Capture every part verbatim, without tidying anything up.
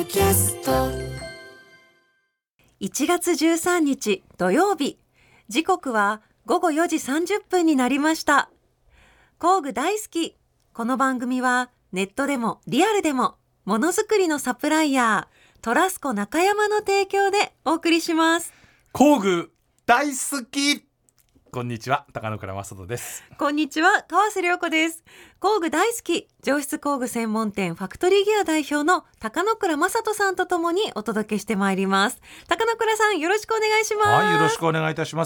キャスト。 いちがつじゅうさんにち土曜日、時刻はごごよじさんじゅっぷんになりました。工具大好き。この番組はネットでもリアルでもものづくりのサプライヤートラスコ中山の提供でお送りします。 工具大好き。こんにちは、高野倉正人です。 こんにちは、川瀬良子です。工具大好き、上質工具専門店ファクトリーギア代表の高野倉正人さんとともにお届けしてまいります。高野倉さん、よろしくお願いします。 はい、よろしくお願いいたします。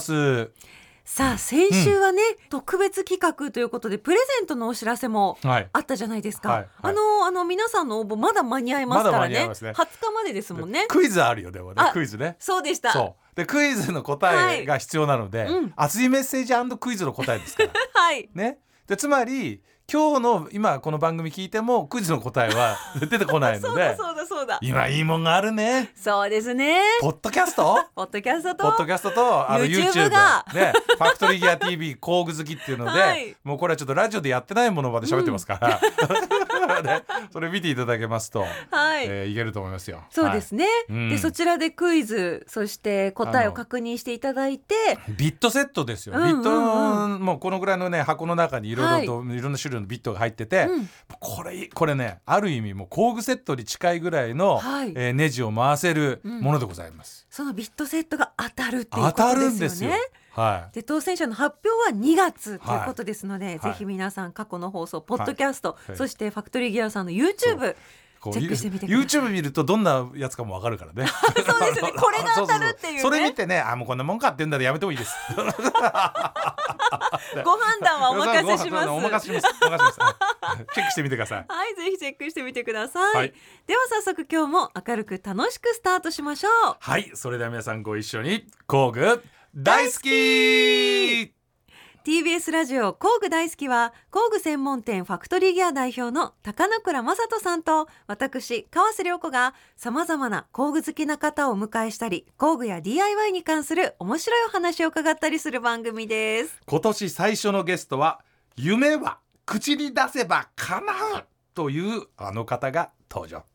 さあ、先週はね、うん、特別企画ということでプレゼントのお知らせもあったじゃないですか、はいはいはい、あのあの皆さんの応募まだ間に合いますからね、まだ間に合いますね。はつかまでですもんね。 クイズあるよ。でもね、クイズね。 そうでした。 そうで、クイズの答えが必要なので、はい、うん、熱いメッセージ&クイズの答えですからはいね。で、つまり今日の今この番組聞いてもクイズの答えは出てこないのでそうだそうだそうだ、 今いいもんがあるね。 そうですね。 ポッドキャストポッドキャストとポッドキャストとあの YouTube が YouTube ね、ファクトリーギア ティーブイ 工具好きっていうので、はい、もうこれはちょっとラジオでやってないものまで喋ってますから、うんね、それ見ていただけますと、はい、えー、いけると思いますよ。 そうですね、はい、うん、でそちらでクイズ、そして答えを確認していただいて、 ビットセットですよ、うんうんうん、ビットもうこのぐらいのね箱の中にいろいろと、はい、いろんな種類のビットが入ってて、うん、これこれね、ある意味もう工具セットに近いぐらいの、はい、えー、ネジを回せるものでございます、 うん、そのビットセットが当たるっていうことですよね。当たるんですよ。はい、で当選者の発表はにがつということですので、はい、ぜひ皆さん過去の放送ポッドキャスト、はい、そしてファクトリーギアさんの YouTube チェックしてみてください。 YouTube 見るとどんなやつかもわかるからねそうですね、これが当たるっていうね。 そうそうそう、それ見てね、あ、もうこんなもんかって言うんだらやめてもいいですご判断はお任せします。 お任せしますお任せしますチェックしてみてください。 はい、ぜひチェックしてみてください、はい、では早速今日も明るく楽しくスタートしましょう。 はい、それでは皆さんご一緒に工具大好き。 ティービーエス ラジオ工具大好きは工具専門店ファクトリーギア代表の高野倉正人さんと私川瀬良子がさまざまな工具好きな方をお迎えしたり、工具や ディーアイワイ に関する面白いお話を伺ったりする番組です。 今年最初のゲストは夢は口に出せば叶うというあの方が登場。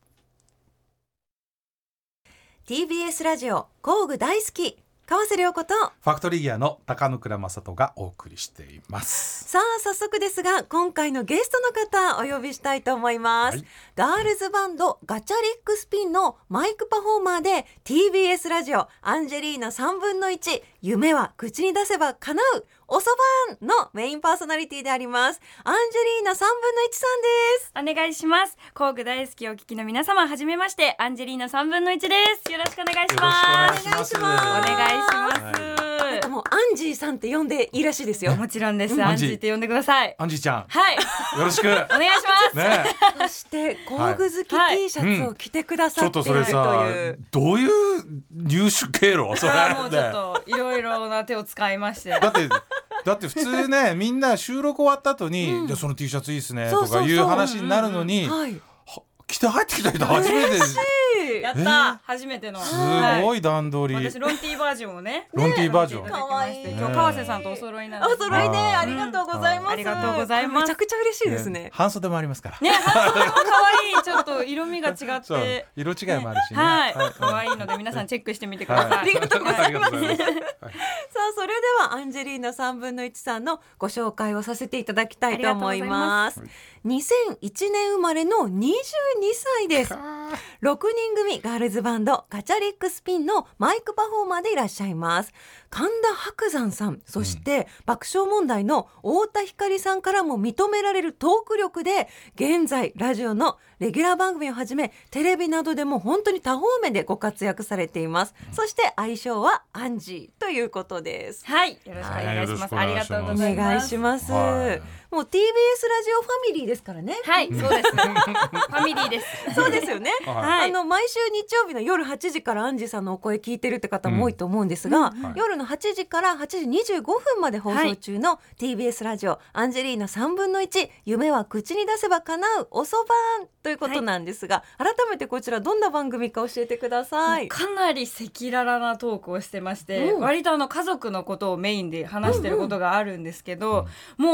ティービーエス ラジオ工具大好き、川瀬良子とファクトリーギアの高野倉正人がお送りしています。 さあ早速ですが、今回のゲストの方お呼びしたいと思います、はい、ガールズバンドガチャリックスピンのマイクパフォーマーで ティービーエス ラジオアンジェリーナさんぶんのいち夢は口に出せば叶うおそばんのメインパーソナリティでありますアンジェリーナさんぶんのいちさんです。 お願いします。工具大好きお聞きの皆様、はじめまして、アンジェリーナさんぶんのいちです。よろしくお願いします。 よろしくお願いします。 お願いします。はい、もうアンジーさんって呼んでいいらしいですよ。 もちろんです、うん、アンジーって呼んでください。 アンジーちゃん、 はい、 よろしくお願いします、 ね、 そして工具好き T シャツを着てくださっているという、 ちょっとそれさ、どういう入手経路それ。 もうちょっといろいろな手を使いまして、 だってだって普通ねみんな収録終わった後に、うん、じゃあその T シャツいいっすねとかいう話になるのに、着て入ってきた人初めてです。 やった初めてのすごい段取り、 私ロンティーバージョンをねロンティーバージョン、 かわいい。今日川瀬さんとお揃いなので、 お揃いね、ありがとうございます。 ありがとうございます。 めちゃくちゃ嬉しいですね。 半袖もありますからね、半袖も可愛い。ちょっと色味が違って色違いもあるしね、 はい、可愛いので皆さんチェックしてみてください。 ありがとうございます。さあそれではアンジェリーナさんぶんのいちさんのご紹介をさせていただきたいと思います。にせんいちねん生まれのにじゅうにさいです。ろくにん組ガールズバンドガチャリックスピンのマイクパフォーマーでいらっしゃいます。神田伯山さん、そして爆笑問題の太田光さんからも認められるトーク力で現在ラジオのレギュラー番組をはじめテレビなどでも本当に多方面でご活躍されています、うん、そして愛称はアンジーということです。 はい、よろしくお願いします。ありがとうございます。 お願いします、はい、もう ティービーエス ラジオファミリーですからね。 はい、そうですねファミリーですそうですよね、 はい、 あの毎週日曜日の夜はちじからアンジーさんのお声聞いてるって方も多いと思うんですが、うんうん、夜のはちじからはちじにじゅうごふんまで放送中の ティービーエス ラジオアンジェリーナさんぶんのいち夢は口に出せば叶うおそばんということなんですが、はい、改めてこちらどんな番組か教えてください。 かなり赤裸々なトークをしてまして、うん、割とあの家族のことをメインで話してることがあるんですけど、うんうん、もう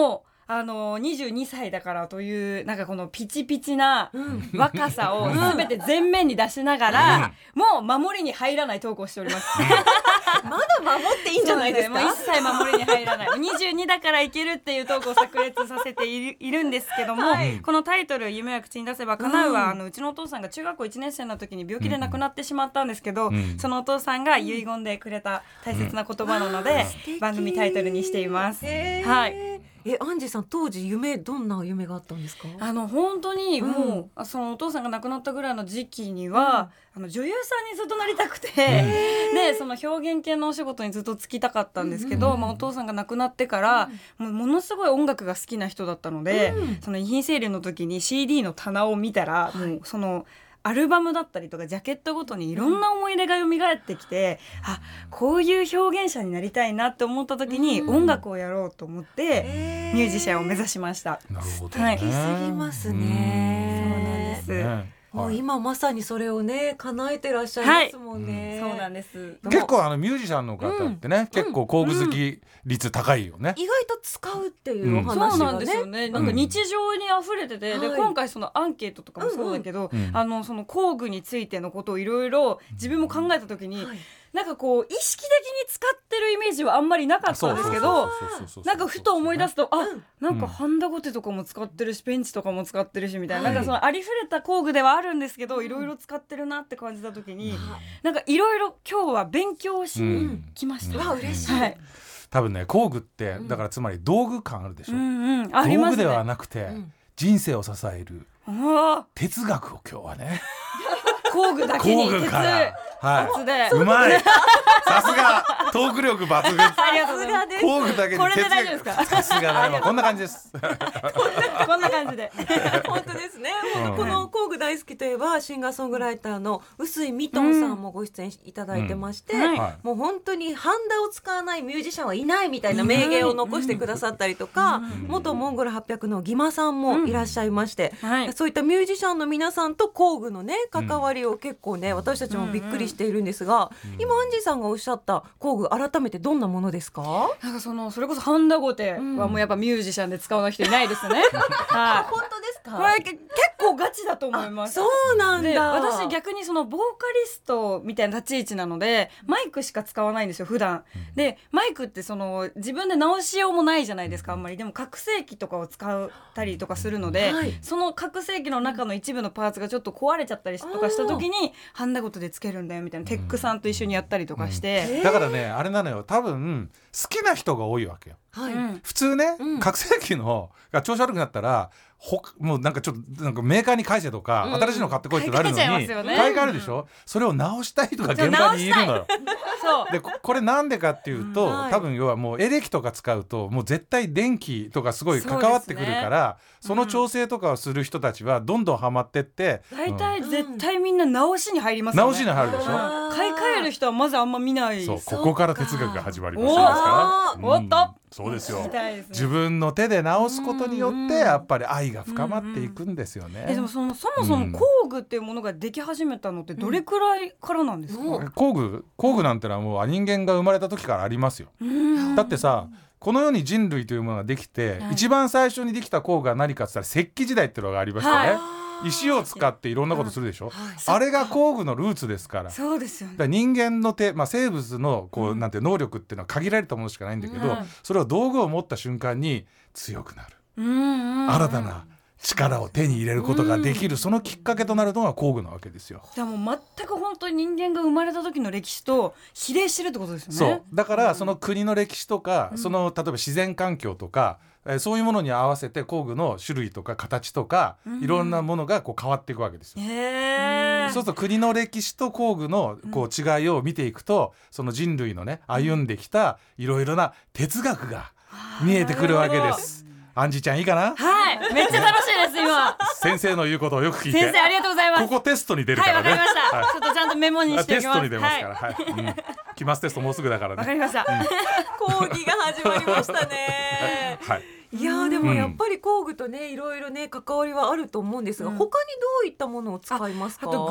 あのにじゅうにさいだからというなんかこのピチピチな若さを全て前面に出しながら、うん、もう守りに入らないトークをしております。 まだ守っていいんじゃないですか。 もう一切守りに入らないにじゅうにだからいけるっていうトークを炸裂させてい る, いるんですけども、はい、このタイトル夢は口に出せば叶うは、うん、あのうちのお父さんが中学校いちねん生の時に病気で亡くなってしまったんですけど、うん、そのお父さんが遺言でくれた大切な言葉なので、うん、番組タイトルにしています。はい。 え、アンジーさん当時夢どんな夢があったんですか？ あの本当にもう、うん、そのお父さんが亡くなったぐらいの時期には、うん、あの女優さんにずっとなりたくて、でその表現系のお仕事にずっと就きたかったんですけど、うんまあ、お父さんが亡くなってから、うん、もうものすごい音楽が好きな人だったので、うん、その遺品整理の時に シーディー の棚を見たら、はい、もうそのアルバムだったりとかジャケットごとにいろんな思い出が蘇ってきて、うん、あこういう表現者になりたいなって思った時に音楽をやろうと思ってミュージシャンを目指しました。 なるほど、 ね、はい、素敵すぎますね。 そうなんです、 ねもう今まさにそれをね叶えてらっしゃいますもんね、 はいうん、そうなんです。 結構あのミュージシャンの方ってね、うん、結構工具好き率高いよね、 うん、意外と使うっていうお話がね、 そうなんですよね。なんか日常にあふれてて、うん、で今回そのアンケートとかもそうだけど、うんうん、あのその工具についてのことをいろいろ自分も考えた時に、はいなんかこう意識的に使ってるイメージはあんまりなかったんですけど、なんかふと思い出すと、あ、なんかハンダゴテとかも使ってるしペンチとかも使ってるしみたいな、なんかそのありふれた工具ではあるんですけどいろいろ使ってるなって感じた時に、なんかいろいろ今日は勉強しに来ました。 わ、嬉しい。 はい、 多分ね工具ってだからつまり道具感あるでしょ、 うんうん、 道具ではなくて、うん、人生を支える哲学を今日はね工具だけに工具からはい、うまいさすがトーク力抜群ありがとうございます工具だけにこれで大丈夫ですか？ さすがだ、まあ、こんな感じですこんな感じで本当ですね、うん、この工具大好きといえばシンガーソングライターの臼井ミトンさんもご出演いただいてまして、うんはい、もう本当にハンダを使わないミュージシャンはいないみたいな名言を残してくださったりとか、うん、元モンゴルはっぴゃくのギマさんもいらっしゃいまして、うんはい、そういったミュージシャンの皆さんと工具のね関わりを結構ね私たちもびっくりしているんですが、うん、今アンジーさんがおっしゃった工具改めてどんなものですか？ なんかそのそれこそハンダゴテはもうやっぱミュージシャンで使わない人いないですね、うんはい、本当ですか？ これ結構ガチだと思います。 そうなんだ。 で私逆にそのボーカリストみたいな立ち位置なのでマイクしか使わないんですよ普段で。マイクってその自分で直しようもないじゃないですかあんまり。でも拡声器とかを使ったりとかするので、はい、その拡声器の中の一部のパーツがちょっと壊れちゃったりとかした時にハンダゴテでつけるんだよみたいなテックさんと一緒にやったりとかして、 うん、だからねあれなのよ多分好きな人が多いわけよ、はい、普通ね、うん、拡声器のが調子悪くなったらほもうなんかちょっとなんかメーカーに返せとか、うん、新しいの買ってこいってなるのに買い替えるでしょ、うん、それを直したいとか現場にいるのよそうで こ, これなんでかっていうと、うん、多分要はもうエレキとか使うともう絶対電気とかすごい関わってくるから そ,、ね、その調整とかをする人たちはどんどんハマってって大体、うん、絶対みんな直しに入りますよね。 直しに入るでしょ。 買い替える人はまずあんま見ない。 そうここから哲学が始まりますから、 うん、おっとそうですよ、ね、自分の手で直すことによってやっぱり愛が深まっていくんですよね、うんうん、 えでも そ, のそもそも工具っていうものができ始めたのってどれくらいからなんですか？うん、 工具工具なんてのはもう人間が生まれた時からありますよ。だってさこの世に人類というものができて、はい、一番最初にできた工具は何かって言ったら石器時代っていうのがありましてね、はい、石を使っていろんなことするでしょ、はい、あれが工具のルーツですから。 そうですよね。 だから人間の手、まあ、生物のこう、うん、なんて能力っていうのは限られたものしかないんだけど、うん、それを道具を持った瞬間に強くなる、うんうんうん、新たな力を手に入れることができる、うん、そのきっかけとなるのが工具なわけですよ。 でも全く本当に人間が生まれた時の歴史と比例してるってことですよね。 そうだからその国の歴史とか、うん、その例えば自然環境とか、えー、そういうものに合わせて工具の種類とか形とか、うん、いろんなものがこう変わっていくわけですよ。へー。そうすると国の歴史と工具のこう違いを見ていくと、うん、その人類のね歩んできたいろいろな哲学が見えてくるわけです。アンジーちゃんいいかな？ はいめっちゃ楽しいです今先生の言うことをよく聞いて。 先生ありがとうございます。 ここテストに出るからね。 はいわかりました、はい、ちょっとちゃんとメモにしておきます。 テストに出ますから、はいはいうん、期末テストもうすぐだからね。 わかりました、 うん、講義が始まりましたねはいいやでもやっぱり工具とねいろいろね関わりはあると思うんですが、うん、他にどういったものを使いますか？ あ, あとグルー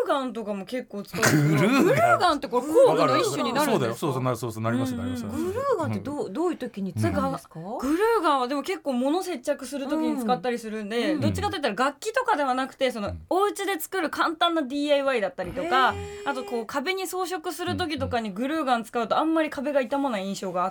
ーガンとかも結構使う。 グルーガングルーガンってこれ工具の一種になるんですか？ そうだよ、そうそうなる、そうそうなります、なります。 グルーガンってどう、どういう時に使うんですか？ グルーガンはでも結構物接着する時に使ったりするんで、うん、どっちかといったら楽器とかではなくてそのお家で作る簡単な ディーアイワイ だったりとか、あとこう壁に装飾する時とかにグルーガン使うとあんまり壁が傷まない印象があって、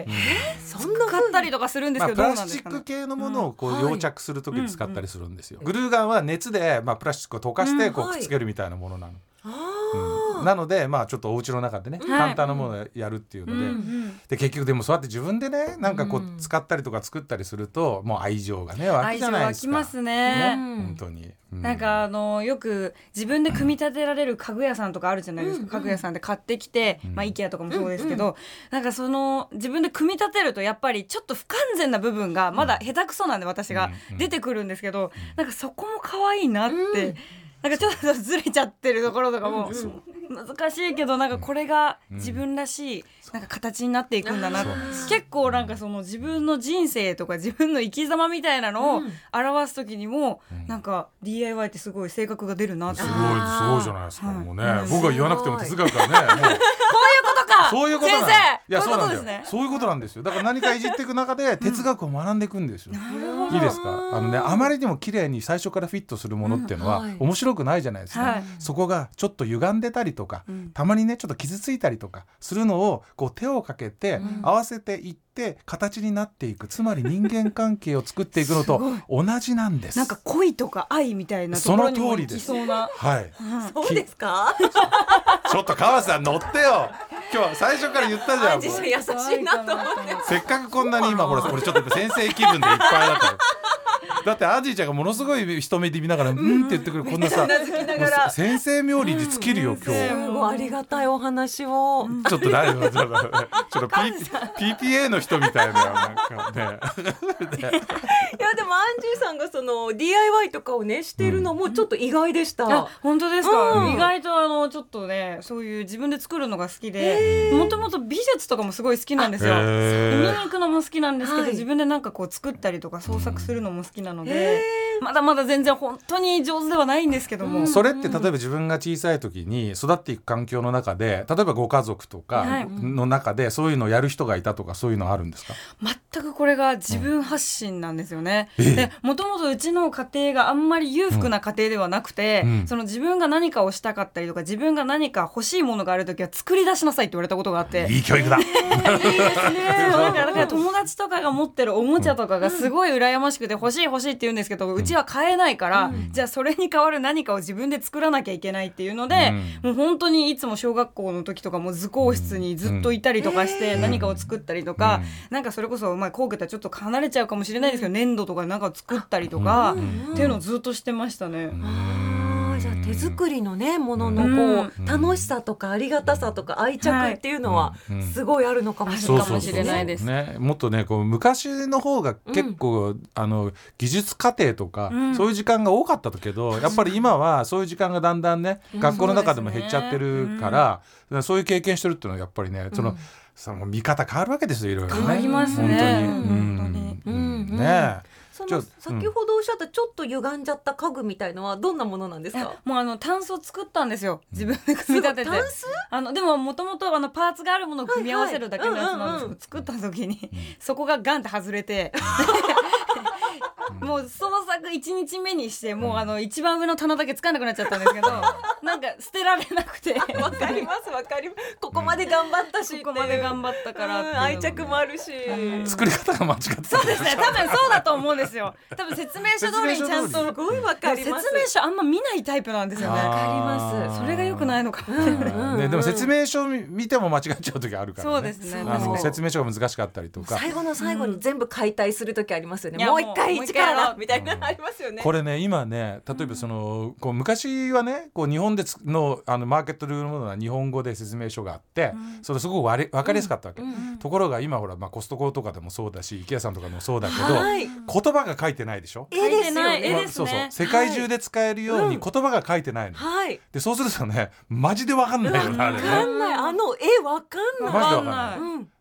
うん、そんな使ったりとかするんですけど、 まあ、プラスチック系のものをこう溶着する時に使ったりするんですよ、うんはい、グルーガンは熱でまあプラスチックを溶かしてこうくっつけるみたいなものなの、うんうん、なのでまあちょっとお家の中でね、はい、簡単なものをやるっていうので、うん、で結局でもそうやって自分でねなんかこう使ったりとか作ったりするともう愛情がね湧くじゃないですか。愛情湧きますね、 ね、本当に、うん、 なんかあのよく自分で組み立てられる家具屋さんとかあるじゃないですか、うん、家具屋さんで買ってきて、うん、まあ IKEA とかもそうですけど、うんうん、なんかその自分で組み立てるとやっぱりちょっと不完全な部分がまだ下手くそなんで私が出てくるんですけど、なんかそこも可愛いなって、うんなんかちょっとずれちゃってるところとかも難しいけどなんかこれが自分らしいなんか形になっていくんだな、うん、結構なんかその自分の人生とか自分の生き様みたいなのを表す時にもなんか ディーアイワイ ってすごい性格が出るなって、 すごいすごいじゃないですか、もうね、うん、僕は言わなくても哲学がねもうこういうことかそういうことなん先生いやそうなんだよ、ね、そういうことなんですよ。だから何かいじっていく中で哲学を学んでいくんですよ、うん、いいですか。あのねあまりにも綺麗に最初からフィットするものっていうのは面白くないじゃないですか、はい、そこがちょっと歪んでたりとか、うん、たまにねちょっと傷ついたりとかするのをこう手をかけて合わせていって形になっていく、つまり人間関係を作っていくのと同じなんです。 なんか恋とか愛みたいなところにも行きそうな。 はい、 うん、そうですかちょっと川瀬さん乗ってよ。今日は最初から言ったじゃん。 優しいなと思ってせっかくこんなに今ほら俺ちょっと先生気分でいっぱいだったよだってアジーちゃんがものすごい一目で見ながらうんって言ってくるこんなさ先生冥利に尽きるよ今日。 もうありがたいお話をちょっと大丈夫ちょっとちょっと ピーピーエー の人みたいななんかねいやでもアンジーさんがその ディーアイワイ とかをねしているのもちょっと意外でした、うん、 あ本当ですか、うん、意外とあのちょっとねそういう自分で作るのが好きでもともと美術とかもすごい好きなんですよ。見に行くのも好きなんですけど、はい、自分でなんかこう作ったりとか創作するのも好きなので、まだまだ全然本当に上手ではないんですけども、 うん、それって例えば自分が小さい時に育っていく環境の中で例えばご家族とかの中でそういうのをやる人がいたとかそういうのあるんですか？ 全くこれが自分発信なんですよね。もともとうちの家庭があんまり裕福な家庭ではなくて、うん、その自分が何かをしたかったりとか自分が何か欲しいものがあるときは作り出しなさいって言われたことがあって、 いい教育だだから友達とかが持ってるおもちゃとかがすごい羨ましくて欲しい欲しいって言うんですけど、うちは買えないから、うん、じゃあそれに代わる何かを自分で作らなきゃいけないっていうので、うん、もう本当にいつも小学校の時とかも図工室にずっといたりとかして何かを作ったりとか、うん、なんかそれこそまあ工具とはちょっと離れちゃうかもしれないですけど粘土とかで何かを作ったりとか、うん、っていうのをずっとしてましたね。 あじゃあ手作りのねもののこう、うん、楽しさとかありがたさとか愛着っていうのはすごいあるのかもしれないです。 もっとねこう昔の方が結構、うん、あの技術課程とか、うん、そういう時間が多かったけど、やっぱり今はそういう時間がだんだんね、うん、学校の中でも減っちゃってるから、うん、そういう経験してるっていうのはやっぱりね、その、うん、その見方変わるわけですよ、いろいろね。 変わりますね。 本当に、うん、うん、ねえ。 その先ほどおっしゃったちょっと歪んじゃった家具みたいのはどんなものなんですか？ もうあのタンスを作ったんですよ、自分で組み立てて。タンス？あのでももともとパーツがあるものを組み合わせるだけのやつなんですけど、作った時にそこがガンって外れてもう創作いちにちめにしてもうあの一番上の棚だけつかなくなっちゃったんですけどなんか捨てられなくてわかりますわかります。ここまで頑張ったしここまで頑張ったからっていうの、 愛着もあるし、 作り方が間違ってた。 そうですね、多分そうだと思うんですよ。多分説明書通りにちゃんとすごいわかります。 説明書あんま見ないタイプなんですよね。 わかります。 それが良くないのかも、 うんうんね、でも説明書見ても間違っちゃう時あるからね。 そうですね、 あの説明書が難しかったりとか最後の最後に全部解体する時ありますよね、うん、もう一回一からだみたいなありますよね。 これね今ね例えばその、こう昔はねこう日本での、あのマーケットで売るものは日本語で説明書があって、うん、それすごく割れ分かりやすかったわけ、うんうん、ところが今ほら、まあ、コストコとかでもそうだし IKEA さんとかでもそうだけど、はい、言葉が書いてないでしょ。 絵ですよね、 絵ですね、 そうそう、世界中で使えるように言葉が書いてないの、 はい、 でそうするとねマジで分かんないよね、あれね。 分かんない、あの絵分かんない、 マジで分かんない、うん、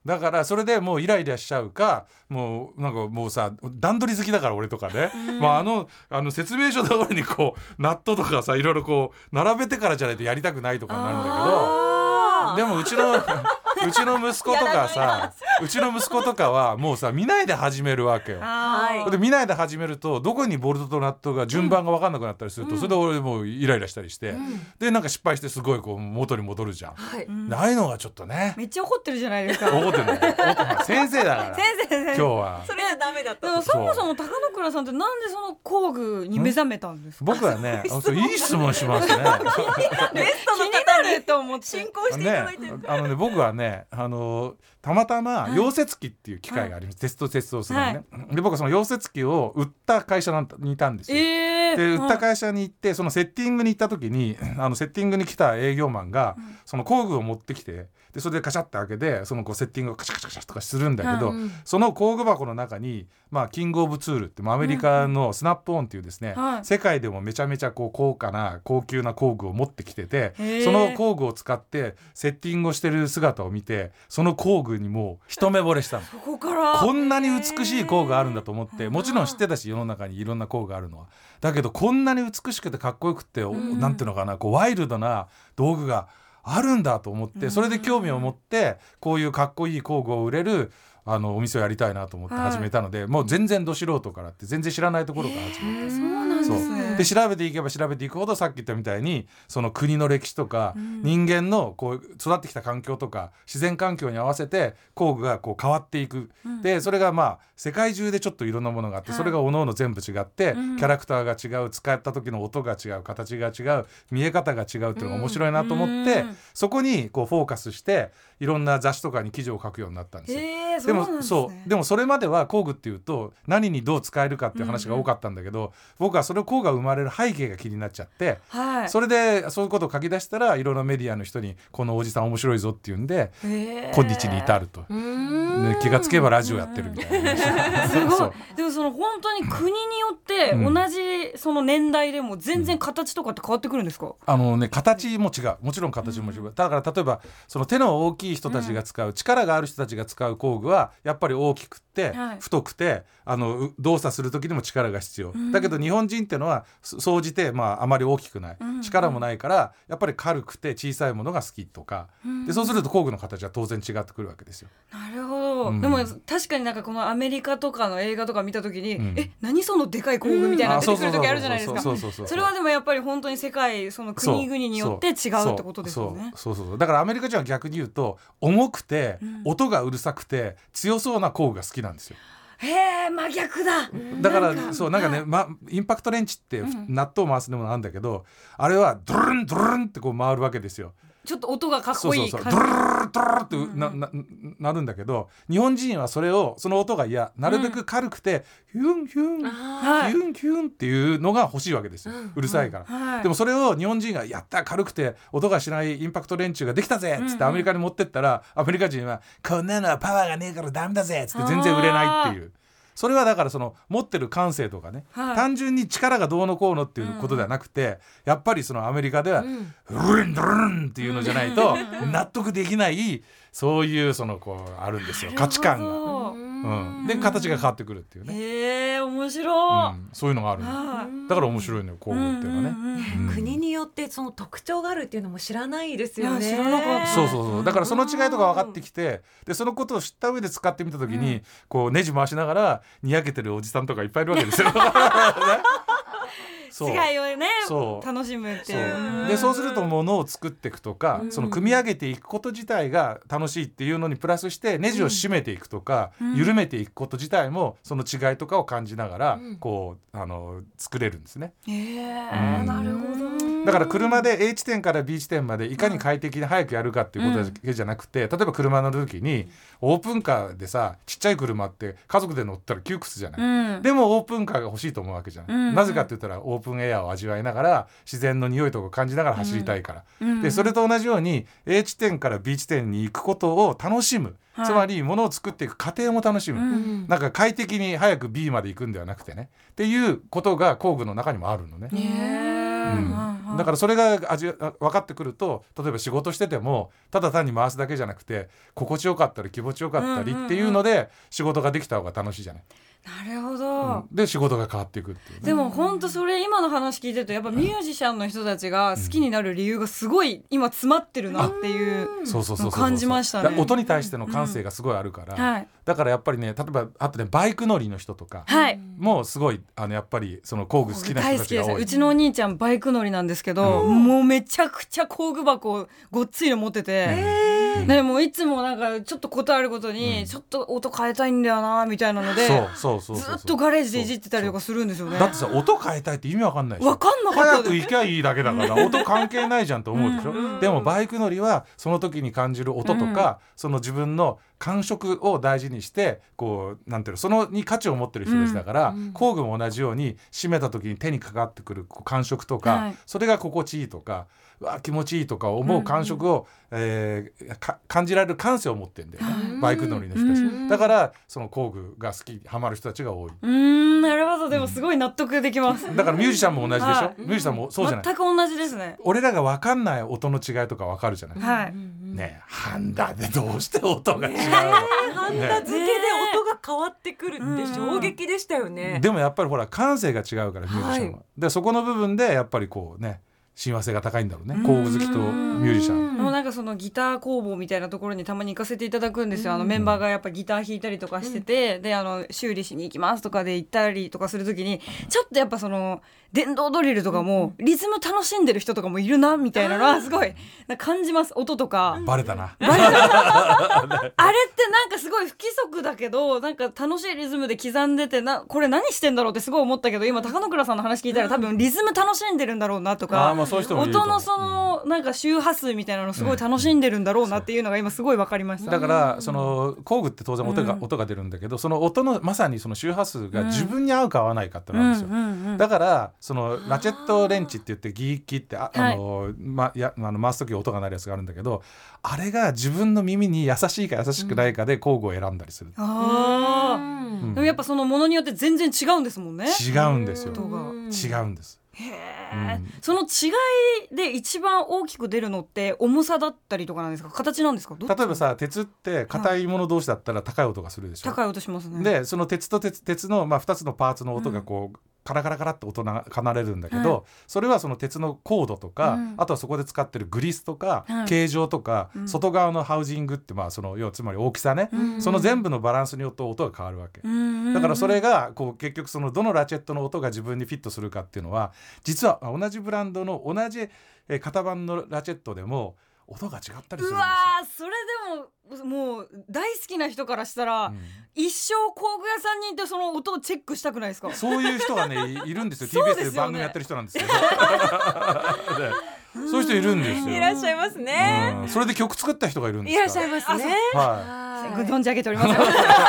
だからそれでもうイライラしちゃうか、もうなんかもうさ段取り好きだから俺とかね、まあ、あのあの説明書通りにこう納豆とかさいろいろこう並べてからじゃないとやりたくないとかになるんだけど、でもうちのうちの息子とかさうちの息子とかはもうさ見ないで始めるわけよ。で見ないで始めるとどこにボルトとナットが順番が分かんなくなったりすると、うん、それで俺もうイライラしたりして、うん、でなんか失敗してすごいこう元に戻るじゃん、はい、ああいうのがちょっとねめっちゃ怒ってるじゃないですか。 怒ってるね先生だから先生今日はそれじゃダメだと。 でもそもそも高野倉さんってなんでその工具に目覚めたんですか？ 僕はねいい質問しますねゲストの方にと思って進行していただいてる、 ね、あのね僕はねあのたまたま溶接機っていう機械があります、はい、テストテストをするのね、はい、で僕はその溶接機を売った会社にいたんですよ、えー、で売った会社に行ってそのセッティングに行った時にあのセッティングに来た営業マンがその工具を持ってきて、でそれでカチャって開けてそのこうセッティングをカチャカチャカチャとかするんだけど、うん、その工具箱の中に、まあ、キングオブツールってアメリカのスナップオンっていうですね、うん、世界でもめちゃめちゃこう高価な高級な工具を持ってきてて、その工具を使ってセッティングをしてる姿を見てその工具にもう一目惚れしたの。 そこからこんなに美しい工具があるんだと思って、もちろん知ってたし世の中にいろんな工具があるのは、だけどこんなに美しくてかっこよくて、うん、なんていうのかなこうワイルドな道具があるんだと思って、それで興味を持ってこういうかっこいい工具を売れるあのお店をやりたいなと思って始めたので、はい、もう全然ど素人からって全然知らないところから始めて、 そうなんですね。 で調べていけば調べていくほどさっき言ったみたいにその国の歴史とか、うん、人間のこう育ってきた環境とか自然環境に合わせて工具がこう変わっていく、うん、でそれがまあ世界中でちょっといろんなものがあって、はい、それがおのおの全部違って、うん、キャラクターが違う、使った時の音が違う、形が違う、見え方が違うっていうのが面白いなと思って、うん、そこにこうフォーカスしていろんな雑誌とかに記事を書くようになったんですよ。 えー、 でもそうなんですね。 そうでもそれまでは工具っていうと何にどう使えるかっていう話が多かったんだけど、うんうん、僕はそれを工具が生まれる背景が気になっちゃって、はい、それでそういうことを書き出したらいろんなメディアの人にこのおじさん面白いぞっていうんで、えー、今日に至ると、ね、気がつけばラジオやってるみたいなすごいでもその本当に国によって同じその年代でも全然形とかって変わってくるんですか？うん、 あのね、形も違う、もちろん形も違う、うん、だから例えばその手の大きい人たちが使う、うん、力がある人たちが使う工具はやっぱり大きくて、はい、太くてあの動作する時にも力が必要、うん、だけど日本人っていうのは総じて、まあ、あまり大きくない、うん、力もないからやっぱり軽くて小さいものが好きとか、うん、でそうすると工具の形は当然違ってくるわけですよ。 なるほど、うん、でも確かになんかこのアメリカとかの映画とか見た時に、うん、え何そのでかい工具みたいなの出てくる時あるじゃないですか。それはでもやっぱり本当に世界その国々によって違うってことですよね。 そうそうそうそう、だからアメリカ人は逆に言うと重くて、うん、音がうるさくて強そうな工具が好きなんですよ。 へー、真逆だ。 だからそうなんかね、ま、インパクトレンチって納豆を回すのもなんだけど、うん、あれはドゥルンドゥルンってこう回るわけですよ。 ちょっと音がかっこいい感じ。 そうそうそう、ドゥルルドゥルルって な,、うん、な, なるんだけど、日本人はそれをその音が嫌、なるべく軽くて、うん、ヒュンヒュンヒュンヒュンっていうのが欲しいわけですよ、うん、うるさいから、うんはい、でもそれを日本人がやった軽くて音がしないインパクトレンチができたぜっつってアメリカに持ってったら、うんうん、アメリカ人はこんなのはパワーがねえからダメだぜっつって全然売れないっていう。それはだからその持ってる感性とかね、はい、単純に力がどうのこうのっていうことではなくて、うん、やっぱりそのアメリカでは、うん、ルルンルルンっていうのじゃないと納得できないそういうそのこうあるんですよ、価値観が、うん、で形が変わってくるっていうね。 へー、面白い、うん、 そういうのがあるの。だから面白いのよ、工具っていうのはね、 うんうん、国によってその特徴があるっていうのも知らないですよね。 知らなかった。 そうそうそう、だからその違いとか分かってきて、でそのことを知った上で使ってみた時に、うん、こうネジ回しながらにやけてるおじさんとかいっぱいいるわけですよ違いをね楽しむっていう。 そうでそうすると物を作っていくとか、うん、その組み上げていくこと自体が楽しいっていうのにプラスしてネジを締めていくとか、うん、緩めていくこと自体もその違いとかを感じながら、うん、こうあの作れるんですね。 へー、うん、なるほど。 だから車で A 地点から B 地点までいかに快適に早くやるかっていうことだけじゃなくて、うん、例えば車乗る時にオープンカーでさ、ちっちゃい車って家族で乗ったら窮屈じゃない、うん、でもオープンカーが欲しいと思うわけじゃん、うん、なぜかって言ったらオープンエアを味わいながら自然の匂いとか感じながら走りたいから、うん、でそれと同じように A 地点から B 地点に行くことを楽しむ、はい、つまり物を作っていく過程も楽しむ、うん、なんか快適に早く B まで行くんではなくてねっていうことが工具の中にもあるのね。 へー、うん、 だからそれが味分かってくると、例えば仕事しててもただ単に回すだけじゃなくて心地よかったり気持ちよかったりっていうので仕事ができた方が楽しいじゃない。 なるほど、 うん、で仕事が変わっていくっていう、ね、 でも本当それ今の話聞いてるとやっぱミュージシャンの人たちが好きになる理由がすごい今詰まってるなっていうのを感じましたね。 音に対しての感性がすごいあるから、うんはい、だからやっぱりね、例えばあとねバイク乗りの人とかもうすごいあのやっぱりその工具好きな人たちが多い。大好きです。うちのお兄ちゃんバイク乗りなんですけど、うん、もうめちゃくちゃ工具箱をごっついの持ってて、うん、でもいつもなんかちょっとことあるごとに、うん、ちょっと音変えたいんだよなみたいなので、そうそうそうそう、ずっとガレージでいじってたりとかするんですよね。 だってさ、音変えたいって意味わかんないでしょ。 わかんなかったです。 早く行きゃいいだけだから音関係ないじゃんと思うでしょ、うん、でもバイク乗りはその時に感じる音とか、うん、その自分の感触を大事にしてこうなんていうの、そのに価値を持ってる人たちだから、うん、工具も同じように締めた時に手にかかってくる感触とか、はい、それが心地いいとかわ気持ちいいとか思う感触を、うんえー、感じられる感性を持ってるんだよね、うん、バイク乗りの人たち、うん、だからその工具が好きハマる人たちが多い。 うーん、なるほど。でもすごい納得できます、 うん、だからミュージシャンも同じでしょ、はい、ミュージシャンもそうじゃない。 全く同じですね。 俺らが分かんない音の違いとか分かるじゃない、 はい、 ね、ハンダでどうして音が違うの、ね、 ハンダ付けで音が変わってくるって衝撃でしたよね。 でもやっぱりほら感性が違うからミュージシャンは、はい、でそこの部分でやっぱりこうね親和性が高いんだろうね、工具好きとミュージシャン。 もうなんかそのギター工房みたいなところにたまに行かせていただくんですよ。あのメンバーがやっぱギター弾いたりとかしてて、うん、であの修理しに行きますとかで行ったりとかするときにちょっとやっぱその電動ドリルとかもリズム楽しんでる人とかもいるなみたいなのはすごい感じます。音とかバレたなバレたあれってなんかすごい不規則だけどなんか楽しいリズムで刻んでてな、これ何してんだろうってすごい思ったけど、今高野倉さんの話聞いたら多分リズム楽しんでるんだろうなとか、 あそういう人もいる音のそのなんか周波数みたいなのすごい楽しんでるんだろうなっていうのが今すごい分かりました。 だからその工具って当然音が、うん、音が出るんだけど、その音のまさにその周波数が自分に合うか合わないかってなんですよ、うんうんうんうん、だからそのラチェットレンチって言ってギーギーってあ、あの、ま、やあの回す時音が鳴るやつがあるんだけど、あれが自分の耳に優しいか優しくないかで工具を選んだりする、うん、 あ、うん、でもやっぱそのものによって全然違うんですもんね。 違うんですよ、音が違うんです。 へ、うん、その違いで一番大きく出るのって重さだったりとかなんですか、形なんですか。どっち？ 例えばさ、鉄って硬いもの同士だったら高い音がするでしょ、 はい、高い音しますね。でその鉄と鉄、鉄の、まあ、ふたつのパーツの音がこう、うん、カラカラカラって音が奏でるんだけど、はい、それはその鉄のコードとか、うん、あとはそこで使ってるグリスとか、はい、形状とか、うん、外側のハウジングって、まあ、その要はつまり大きさね、うん、その全部のバランスによって音が変わるわけ、うん、だからそれがこう結局そのどのラチェットの音が自分にフィットするかっていうのは実は同じブランドの同じ型番のラチェットでも音が違ったりするんですよ。 うわー、それでももう大好きな人からしたら、うん、一生工具屋さんに行ってその音をチェックしたくないですか。 そういう人がねいるんですよ。 ティービーエス で番組やってる人なんですけどそういう人いるんですよ。 いらっしゃいますね、 うん、それで曲作った人がいるんですか。 いらっしゃいますね、 はい、存じ上げておりますよ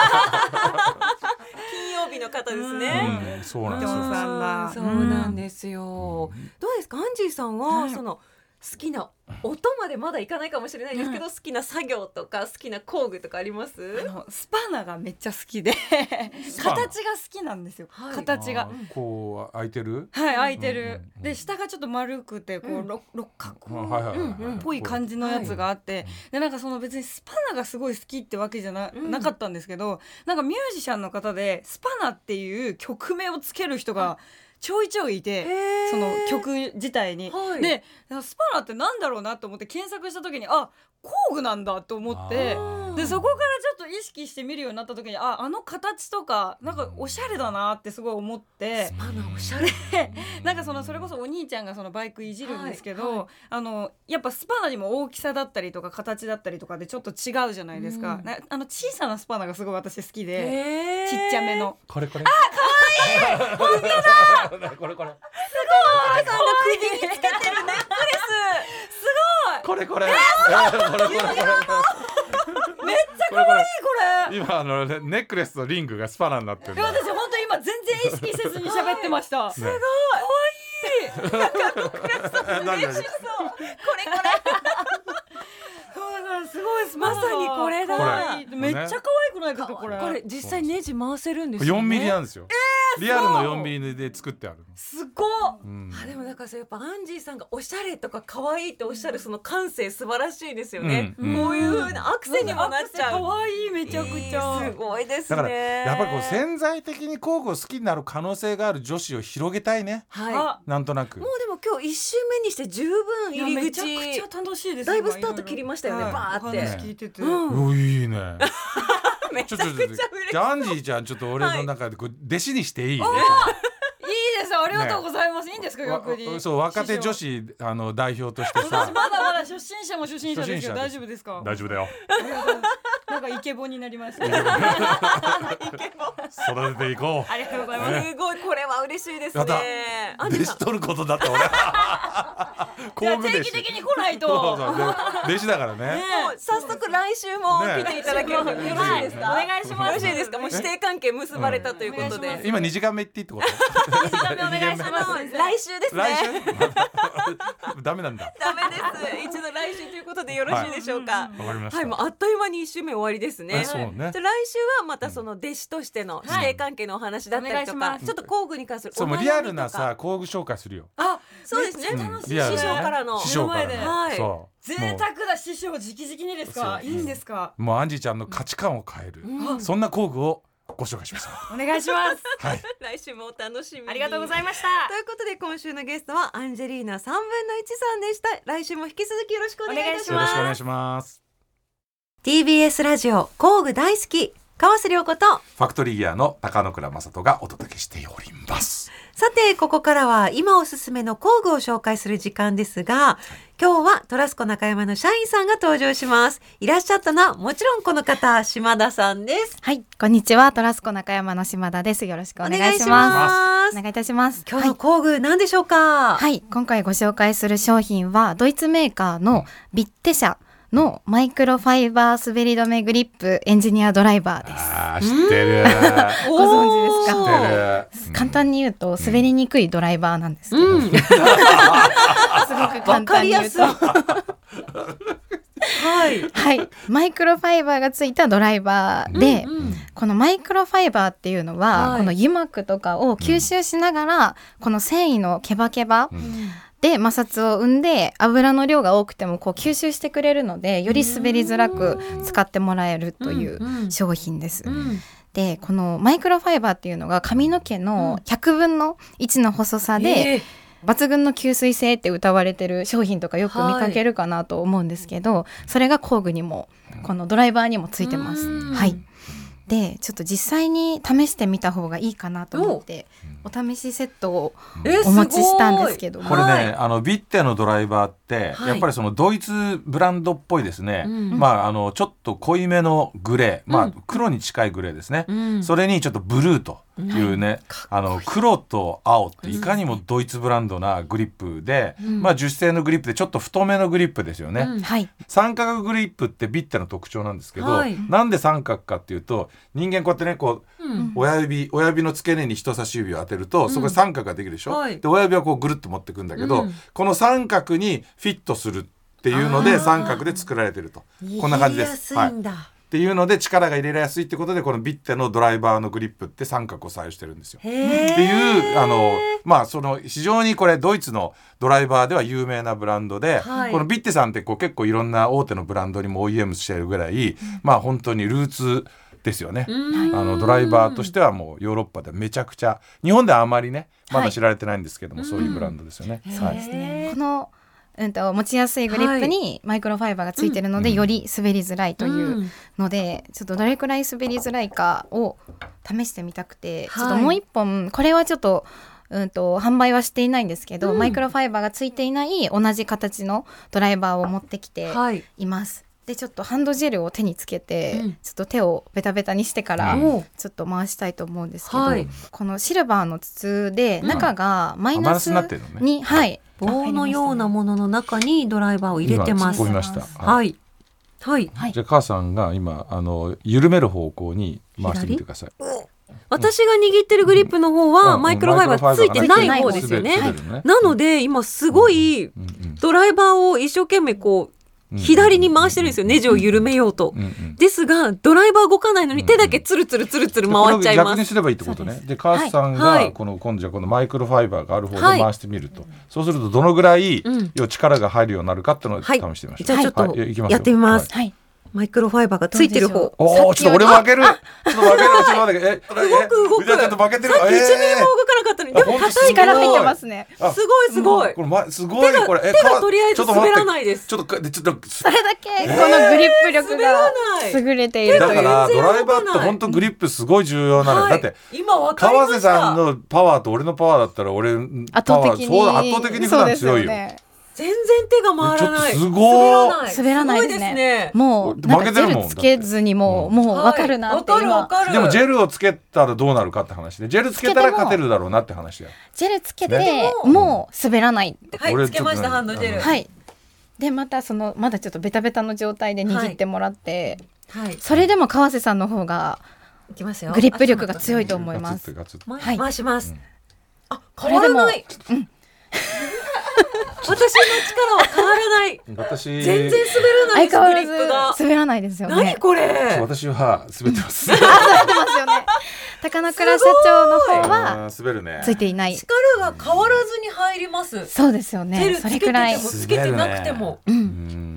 金曜日の方ですね、 うん、そうなんですよ。 そうなんですよ、うん、どうですかアンジーさんは、はい、その好きな音までまだいかないかもしれないですけど、うん、好きな作業とか好きな工具とかあります？ あのスパナがめっちゃ好きで形が好きなんですよ、はい、形がこう開いてる、 はい開いてる、うんうんうん、で下がちょっと丸くてこう、うん、六角っぽい感じのやつがあって、はい、でなんかその別にスパナがすごい好きってわけじゃ な,、うん、なかったんですけど、なんかミュージシャンの方でスパナっていう曲名をつける人がちょいちょいいて、その曲自体に、はい、でスパナってなんだろうなと思って検索した時にあ工具なんだと思って、でそこからちょっと意識して見るようになった時にああの形とかなんかおしゃれだなってすごい思って、 スパナおしゃれなんかそのそれこそお兄ちゃんがそのバイクいじるんですけど、はいはい、あのやっぱスパナにも大きさだったりとか形だったりとかでちょっと違うじゃないですか、うん、なあの小さなスパナがすごい私好きで、ちっちゃめのこれこれあかわいい本当だこれこれすごいさんが首につけてるネックレスすごいこれこれ、えー、これこれこれめっちゃ可愛いこれ。 今あのネックレスとリングがスパナになってる。 私本当今全然意識せずに喋ってました。 すごい可愛い。なんかドクラさん嬉しそう。これこれ。 そうだからすごいスパナまさにこれだ。 めっちゃ可愛くないですかこれ。 これ実際ネジ回せるんですよね。 よんミリなんですよ。 えーリアルのよんミリで作ってあるの。 すごっ、 うん、あでもなんかやっぱアンジーさんがおしゃれとか可愛いっておっしゃるその感性素晴らしいですよね、うん、こういう風なアクセにもなっちゃう、 可愛いめちゃくちゃ、 すごいですね。 だからやっぱりこう潜在的に工具を好きになる可能性がある女子を広げたいね、はい、なんとなく。 もうでも今日いち週目にして十分入り口、 めちゃくちゃ楽しいです。 だいぶスタート切りましたよね、はい、バーって、 話聞いてて、 うん、いいねめちゃくちゃ嬉しい。 じゃあアンジーちゃんちょっと俺の中でこう弟子にしていい、ね、 いいです、ありがとうございます、ね、いいんですか逆に。 そう若手女子あの代表としてさ私まだまだ初心者も初心者ですけど大丈夫ですか。 大丈夫だよ。 なんかイケボになりました。イケボ育てていこう。 ありがとうございます。 すごいこれは嬉しいですね。 弟子取ることだって俺工具弟子定期的に来ないとそうそう弟子だからね。 早速来週も来ていただけるとよろしいですか。 お願いします。 よろしいですか。もう師弟関係結ばれたということで、 今にじかんめっていいってこと。 にじかんめお願いします。 来週ですね。 来週ダメなんだ。 ダメです。一度来週ということでよろしいでしょうか。 わかりました。 はい、もうあっという間に一週目終わりですね。 そうね。 じゃ来週はまたその弟子としての師弟関係のお話だったりとか、ちょっと工具に関するそうもうリアルなさ工具紹介するよ。 あ、そうですね。師匠からの師匠からはい。 そう。 贅沢だ師匠直々にですか。いいんですか。 もうアンジーちゃんの価値観を変えるそんな工具をご紹介しました。 お願いします。 はい。 来週もお楽しみに。 ありがとうございました。 ということで今週のゲストはアンジェリーナさんぶんのいちさんでした。来週も引き続きよろしくお願いいたします。 よろしくお願いします。 ティービーエス ラジオ工具大好き川瀬良子とファクトリーギアの高野倉正人がお届けしております。 さてここからは今おすすめの工具を紹介する時間ですが、今日はトラスコ中山の社員さんが登場します。いらっしゃったのはもちろんこの方、島田さんです。 はい、こんにちは。トラスコ中山の島田です。よろしくお願いします。お願いいたします。 今日の工具、はい、何でしょうか。 はい、今回ご紹介する商品はドイツメーカーのビッテ社のマイクロファイバー滑り止めグリップエンジニアドライバーです。 あー、知ってるご存知ですか。 知ってる。 簡単に言うと滑りにくいドライバーなんですけど、うん、すごく簡単に言うとはい、はい、マイクロファイバーがついたドライバーで、うんうん、このマイクロファイバーっていうのは、はい、この油膜とかを吸収しながら、うん、この繊維のケバケバ、うんで摩擦を生んで油の量が多くてもこう吸収してくれるのでより滑りづらく使ってもらえるという商品です、うんうん、でこのマイクロファイバーっていうのが髪の毛のひゃくぶんのいちの細さで、えー、抜群の吸水性って歌われてる商品とかよく見かけるかなと思うんですけど、はい、それが工具にもこのドライバーにもついてます、はい。でちょっと実際に試してみた方がいいかなと思ってお試しセットをお持ちしたんですけども、 これね、はい、あのビッテのドライバーって、はい、やっぱりそのドイツブランドっぽいですね、うん、まああのちょっと濃いめのグレー、まあ、黒に近いグレーですね、うん、それにちょっとブルーというね、うん、あの黒と青っていかにもドイツブランドなグリップで、うん、まあ樹脂製のグリップでちょっと太めのグリップですよね、うんはい、三角グリップってビッテの特徴なんですけど、はい、なんで三角かっていうと人間こうやってねこう、うん、親指親指の付け根に人差し指を当てると、うん、そこで三角ができるでしょ、はい、で親指はこうぐるっと持ってくんだけど、うん、この三角にフィットするっていうので三角で作られてるとこんな感じです。はいっていうので力が入れやすいってことでこのビッテのドライバーのグリップって三角を採用してるんですよ。っていうあのまあその非常にこれドイツのドライバーでは有名なブランドで、はい、このビッテさんってこう結構いろんな大手のブランドにも オーイーエム してるぐらい、うん、まあ本当にルーツですよね。あのドライバーとしてはもうヨーロッパでめちゃくちゃ日本ではあまりねまだ知られてないんですけども、はい、そういうブランドですよね。 うんはい、そうですね。このうん、と持ちやすいグリップにマイクロファイバーがついてるので、はい、より滑りづらいというので、うん、ちょっとどれくらい滑りづらいかを試してみたくて、はい、ちょっともう一本これはちょっと、うん、と販売はしていないんですけど、うん、マイクロファイバーがついていない同じ形のドライバーを持ってきています、はい、でちょっとハンドジェルを手につけて、うん、ちょっと手をベタベタにしてからちょっと回したいと思うんですけど、はい、このシルバーの筒で中がマイナスに、うんはい棒のようなものの中にドライバーを入れてます。 突っ込みました。 はいはいはい。 じゃあ母さんが今あの緩める方向に回してみてください。 私が握ってるグリップの方はマイクロファイバーついてない方ですよね。なので今すごいドライバーを一生懸命こう左に回してるんですよ、ネジを緩めようと、うんうん、ですがドライバー動かないのに手だけツルツルツルツル回っちゃいます。 逆にすればいいってことね。で川瀬さんがこの今度このマイクロファイバーがある方で回してみると、はい、そうするとどのぐらい、うん、要力が入るようになるかっていうのを試してみましょう。 じゃあちょっとやってみます。はい、マイクロファイバーがついてる方。 おお、ちょっと俺も開ける。ちょっと開ける。ちょっと待って。え、 動く動く。 ちょっと負けてる。 さっきいちミリも動かなかったのに。でも力入ってますね。 すごいすごい。 これますごいこれ。 手がとりあえず滑らないです。 ちょっとちょっとそれだけこのグリップ力が優れている。 だからドライバーって本当グリップすごい重要なの。だって今わかりました。 川瀬さんのパワーと俺のパワーだったら俺圧倒的に圧倒的に普段強いよ。 全然手が回らない。 すごい。 滑らないですね。もうなんかジェルつけずにももうわかるなって今。 でもジェルをつけたらどうなるかって話で、ジェルつけたら勝てるだろうなって話だよ。 ジェルつけてもう滑らない。 はい、つけましたハンドジェル。 はい。でまたそのまだちょっとベタベタの状態で握ってもらって、それでも川瀬さんの方がグリップ力が強いと思います。 はい。回します。あ、これでも。私の力は変わらない。私全然滑らないです。 相変わらず滑らないですよね。 何これ。 私は滑ってます。 滑ってますよね。高野倉社長の方は滑るね。 ついていない。 力が変わらずに入ります。 そうですよね。それくらいつけてなくても。 うん。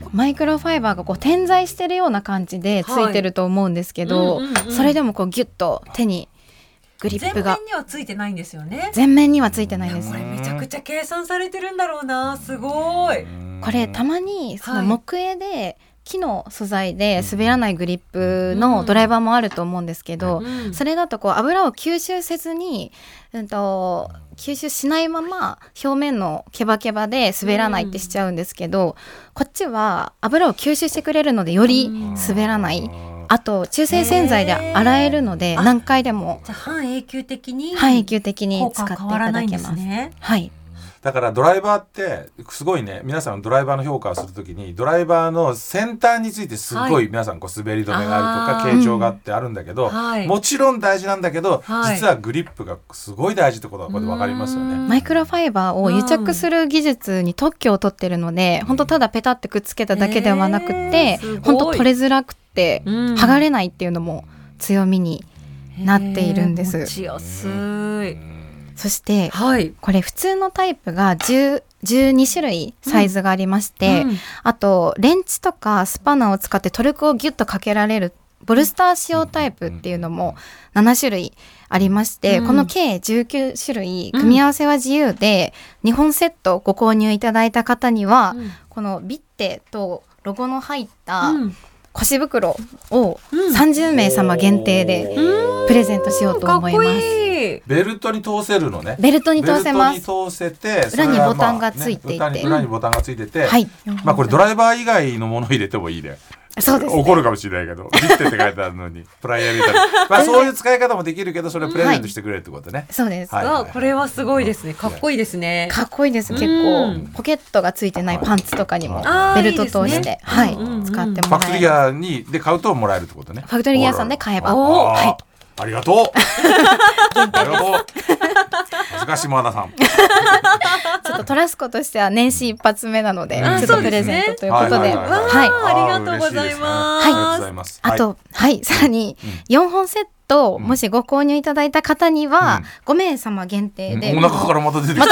マイクロファイバーがこう点在してるような感じでついてると思うんですけど、それでもこうギュッと手に。グリップが全面にはついてないんですよね。 全面にはついてないです。 これめちゃくちゃ計算されてるんだろうな。すごい。 これたまにその木絵で木の素材で滑らないグリップのドライバーもあると思うんですけど、うん、それだとこう油を吸収せずに、うんと、吸収しないまま表面のケバケバで滑らないってしちゃうんですけど、うん、こっちは油を吸収してくれるのでより滑らない。うんあと中性洗剤で洗えるので何回でもじゃあ半永久的に半永久的に使っていただけます。 ね、 はい。 だからドライバーってすごいね、皆さんドライバーの評価をするときにドライバーの先端についてすごい皆さんこう滑り止めがあるとか形状があってあるんだけど、はい、もちろん大事なんだけど、はい、実はグリップがすごい大事ってことがこれで分かりますよね。 マイクロファイバーを癒着する技術に特許を取ってるので、本当ただペタってくっつけただけではなくて、本当取れづらくて剥がれないっていうのも強みになっているんです。 持ちやすい。 そして、はい、これ普通のタイプがじゅう、じゅうに種類サイズがありまして、うんうん、あとレンチとかスパナを使ってトルクをギュッとかけられるボルスター仕様タイプっていうのもなな種類ありまして、うん、この計じゅうきゅう種類組み合わせは自由で、うん、にほんセットご購入いただいた方には、うん、このビッテとロゴの入った腰袋をさんじゅうめい様限定でプレゼントしようと思います。 ベルトに通せるのね。 ベルトに通せます。 ベルトに通せて、 裏にボタンがついていて、 ね、裏にボタンがついてて、はい、まあこれドライバー以外のものを入れてもいいで。 そうですね、 怒るかもしれないけどビッテって書いてあるのにプライヤー入れたり、まあ、そういう使い方もできるけどそれをプレゼントしてくれるってことね、はい、 そうです、 はいはいはい、これはすごいですね。かっこいいですね。 かっこいいです。結構ポケットがついてないパンツとかにもベルト通して、ね、はい、うんうんうん、使ってもらえる。 ファクトリーギアにで買うともらえるってことね。 ファクトリーギアさんで買えば、 はい、ありがとうありがとう恥ずかしいマナさんちょっとトラスコとしては年始一発目なので、うん、ちょっとプレゼントということで、はい、 ありがとうございます。 あと、はい、さらによんほんセット、うん、もしご購入いただいた方には、うん、ごめい様限定で、 うん、お腹からまた出てきた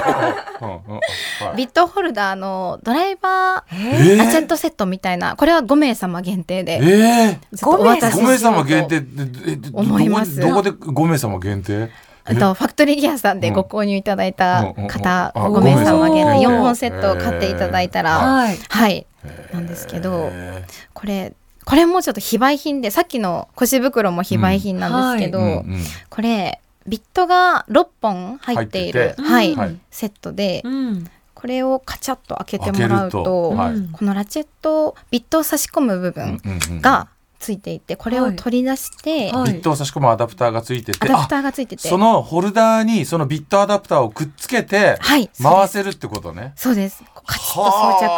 ビットホルダーのドライバーラチェットセットみたいな、これはごめい様限定で、 えー、ごめい様限定って思います。どこでごめい様限定？ あとファクトリーギアさんでご購入いただいた方、うん、ごめい様限定よんほんセットを買っていただいたら、はい、はい、なんですけど、これこれもちょっと非売品で、さっきの腰袋も非売品なんですけど、うんはい、これビットがろっぽん入っている、はい、セットで、うん、これをカチャッと開けてもらうと、はい、このラチェットビットを差し込む部分がついていて、これを取り出して、 はい、ビットを差し込むアダプターがついてて、 アダプターがついてて、 そのホルダーにそのビットアダプターをくっつけて回せるってことね。 そうです。カチッと装着して、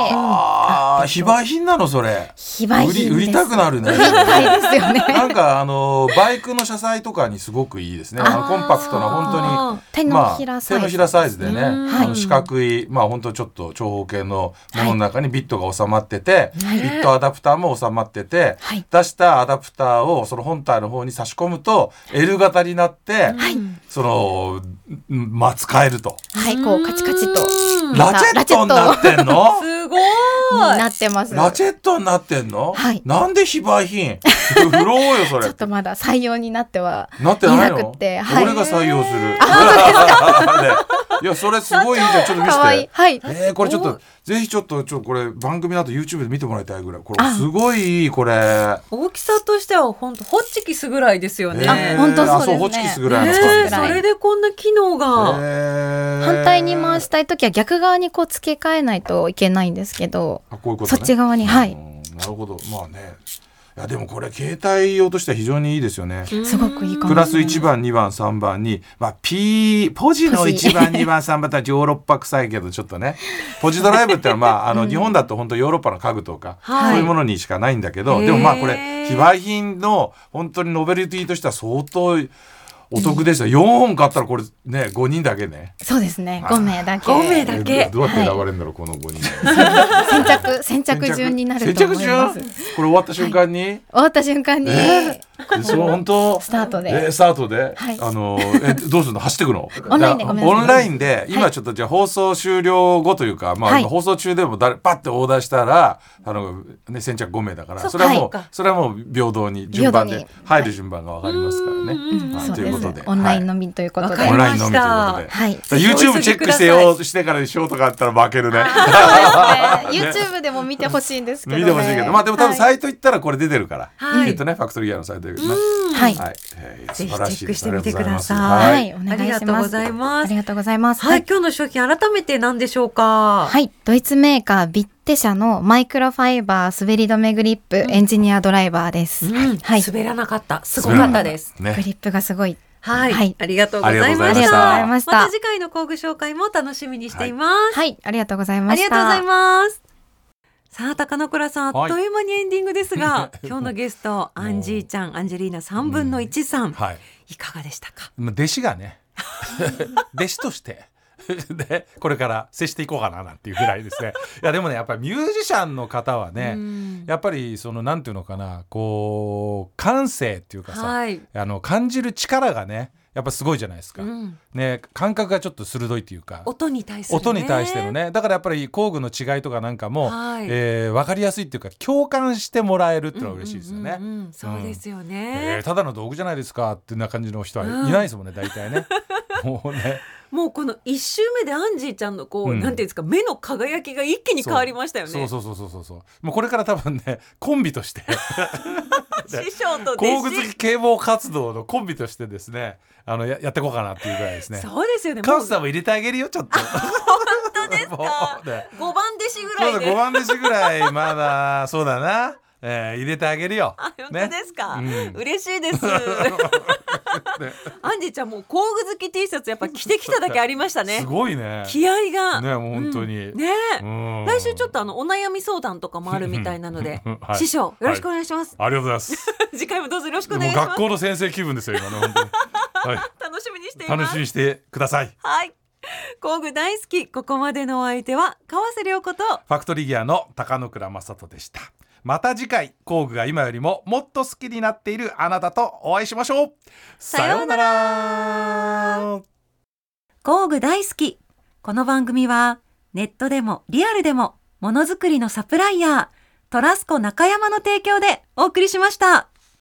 ああ、非売品なのそれ。 非売品です。 売り、売りたくなるね。 売りたいですよね。 なんかあのバイクの車載とかにすごくいいですね。あのコンパクトな本当に手のひらサイズ、 まあ、手のひらサイズでね、 はい、 あの四角い、まあ本当ちょっと長方形のものの中にビットが収まってて、はい、ビットアダプターも収まってて、はい、出したアダプターをその本体の方に差し込むと L 型になって、はい、そのまあ使えると。 はい、こうカチカチとラチェットになってんの？ すごい。 なってます。 ラチェットになってんの？ はい。 なんで非売品？売ろうよそれ。 ちょっとまだ採用になってはなってないの？ いなくて、はい、 俺が採用する。ね、いやそれすごいいいじゃん。ちょっと見せて。 はい。 えー、これちょっとぜひちょっとちょっとこれ番組の後 YouTube で見てもらいたいぐらい。これすごいいいこれ。 大きさとしては本当ホッチキスぐらいですよね。 あ、本当そうですね。 ホッチキスぐらいの感じ。えー、それでこんな機能が。 えー、 反対に回したいときは逆側にこう付け替えないといけないんですけど。 あ、こういうことね。 そっち側に、はい。 なるほど。まあね。いやでもこれ携帯用としては非常にいいですよね。 すごくいいかも。 プラスいちばんにばんさんばんに、まあ、P ポジのいちばんにばんさんばんってヨーロッパ臭いけどちょっとねポジドライブってのは、まあ、あの日本だと本当ヨーロッパの家具とか、はい、そういうものにしかないんだけど、でもまあこれ非売品の本当にノベルティとしては相当お得ですよ。よんほん買ったらこれねごにんだけね。 そうですね、ごめいだけ。 ごめいだけ。 どうやって選ばれるんだろう、はい、このごにん。 先着先着順になると思います。 先着順？これ終わった瞬間に？はい、 終わった瞬間に。 えー、そう本当。 スタートで。 えー、スタートで。 はい、 あのえどうするの？走ってくの？ オンラインでごめんなさい。 オンラインで今ちょっとじゃあ放送終了後というか、まあ、はい、放送中でも誰パッてオーダーしたらあのね先着ごめいだから、それはもう、はい、それはもう平等に順番で入る順番がわかりますからね。はい、ということで。 オンラインのみということで、 オンラインのみということで、 はい、 YouTube チェックしてよしてからにしようとかあったら負けるね。 そうですね。YouTube でも見てほしいんですけどね。 見てほしいけど、まあでも多分サイト行ったらこれ出てるから、はい、きっとねファクトリーギアのサイトでね、 はい、 はい、えー、素晴らしいです。 ぜひチェックしてみてください。 はい、お願いします。 ありがとうございます。 ありがとうございます。 はい、今日の商品改めて何でしょうか。 はい、ドイツメーカービッテ社のマイクロファイバー滑り止めグリップエンジニアドライバーです。 うん、はい、滑らなかった、すごかったです。 ね、グリップがすごい。 はい、はい、ありがとうございました。 ありがとうございました。 また次回の工具紹介も楽しみにしています。 はい、はい、ありがとうございました。 ありがとうございます。さあ高野倉さん、あっという間にエンディングですが、はい、今日のゲストアンジーちゃんアンジェリーナさんぶんのいちさん、うん、はい、いかがでしたか。 弟子がね弟子としてでこれから接していこうかななんていうぐらいですね。いやでもねやっぱりミュージシャンの方はね、やっぱりそのなんていうのかな、こう感性っていうかさ、はい、あの感じる力がねやっぱすごいじゃないですか、うん、ね、感覚がちょっと鋭いというか、 音に対する、ね、 音に対してのね、だからやっぱり工具の違いとかなんかも、はい、えー、分かりやすいっていうか共感してもらえるっていうのが嬉しいですよね。 そうですよね、 えー、ただの道具じゃないですかってな感じの人はいないですもんね、うん、大体ねもうねもうこの一周目でアンジーちゃんのこう、うん、なんていうんですか、目の輝きが一気に変わりましたよね。 そうそうそうそうそうそう、もうこれから多分ねコンビとして師匠と弟子、 工具好き啓蒙活動のコンビとしてですね、あの や, やっていこうかなっていうぐらいですね。 そうですよね。 カウスさんも入れてあげるよちょっと。 本当ですか。ね、ごばん弟子ぐらいで。 そうだ、ごばん弟子ぐらいまだそうだな。えー、入れてあげるよ。 あ、本当ですか、ね、うん、嬉しいです。ね、アンジーちゃんも工具好き T シャツやっぱ着てきただけありましたね。 すごいね。 気合がね、もう本当に、 うん、ね、うん、来週ちょっとあのお悩み相談とかもあるみたいなので、はい、師匠よろしくお願いします。 はい、ありがとうございます。 次回もどうぞよろしくお願いします。 学校の先生気分ですよ今ね、本当に。はい、 楽しみにしています。 楽しみにしてください。 はい、工具大好き、ここまでのお相手は川瀬良子とファクトリーギアの高野倉正人でした。また次回工具が今よりももっと好きになっているあなたとお会いしましょう。さようなら。 工具大好き、この番組はネットでもリアルでもものづくりのサプライヤートラスコ中山の提供でお送りしました。